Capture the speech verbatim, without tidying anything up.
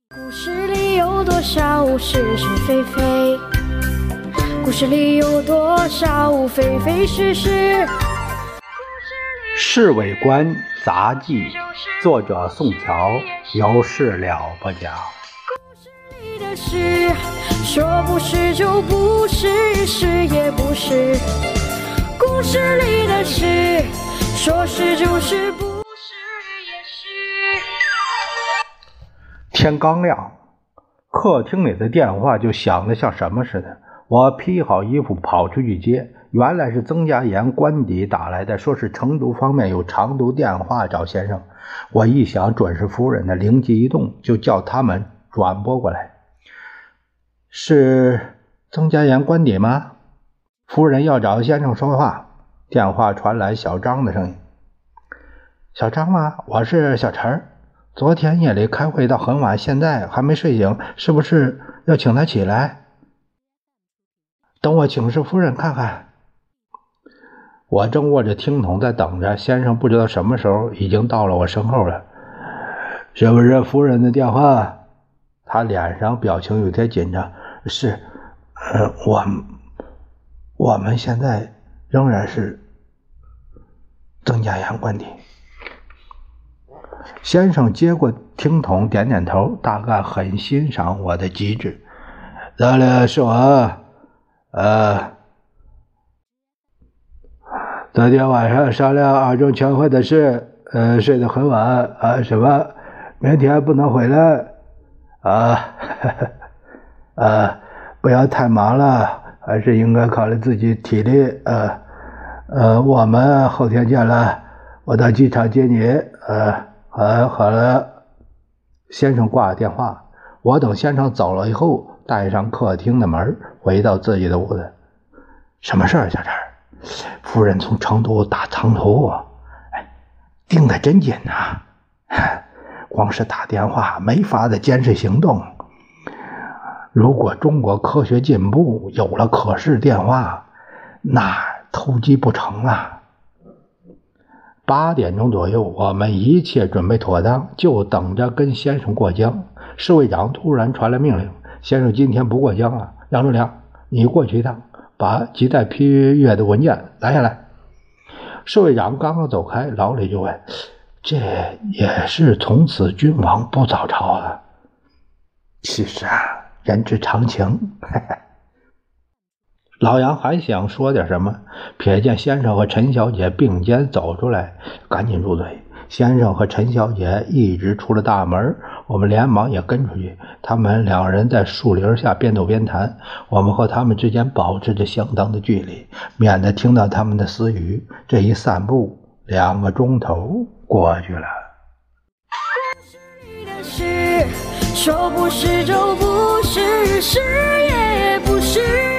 故事里有多少是是非非？故事里有多少非非是是？《 侍卫官杂记》，作者宋乔，有事了不讲。 故事里的事，说不是就不是，是也不是。故事里的事，说是就是，不是也是。 天刚亮，客厅里的电话就响得像什么似的。我披好衣服跑出去接，原来是曾家岩官邸打来的，说是成都方面有长途电话找先生。我一想准是夫人的，灵机一动，就叫他们转拨过来。是曾家岩官邸吗？夫人要找先生说话。电话传来小张的声音。小张吗？我是小陈。昨天夜里开会到很晚，现在还没睡醒，是不是要请他起来？等我请示夫人看看。我正握着听筒在等着，先生不知道什么时候已经到了我身后了。是不是夫人的电话？他脸上表情有些紧张。是，呃，我我们现在仍然是曾家岩官邸。先生接过听筒，点点头，大概很欣赏我的机智。咱俩是我，呃，昨天晚上商量二中全会的事，呃，睡得很晚啊，什么明天不能回来啊，呃，不要太忙了，还是应该考虑自己体力，呃，呃，我们后天见了，我到机场接你，呃。好，好了。先生挂了电话，我等先生走了以后，带上客厅的门，回到自己的屋子。什么事儿，小陈？夫人从成都打长途，哎，盯得真紧啊！光是打电话没法子监视行动。如果中国科学进步，有了可视电话，那偷鸡不成啊！八点钟左右，我们一切准备妥当，就等着跟先生过江。侍卫长突然传来命令：先生今天不过江了，杨忠良，你过去一趟，把亟待批阅的文件拿下来。侍卫长刚刚走开，老李就问：这也是从此君王不早朝啊？其实啊，人之常情。老杨还想说点什么，瞥见先生和陈小姐并肩走出来，赶紧住嘴。先生和陈小姐一直出了大门，我们连忙也跟出去。他们两人在树林下边走边谈，我们和他们之间保持着相当的距离，免得听到他们的私语。这一散步，两个钟头过去了。 故事里的事，说不是就不是，是也不是。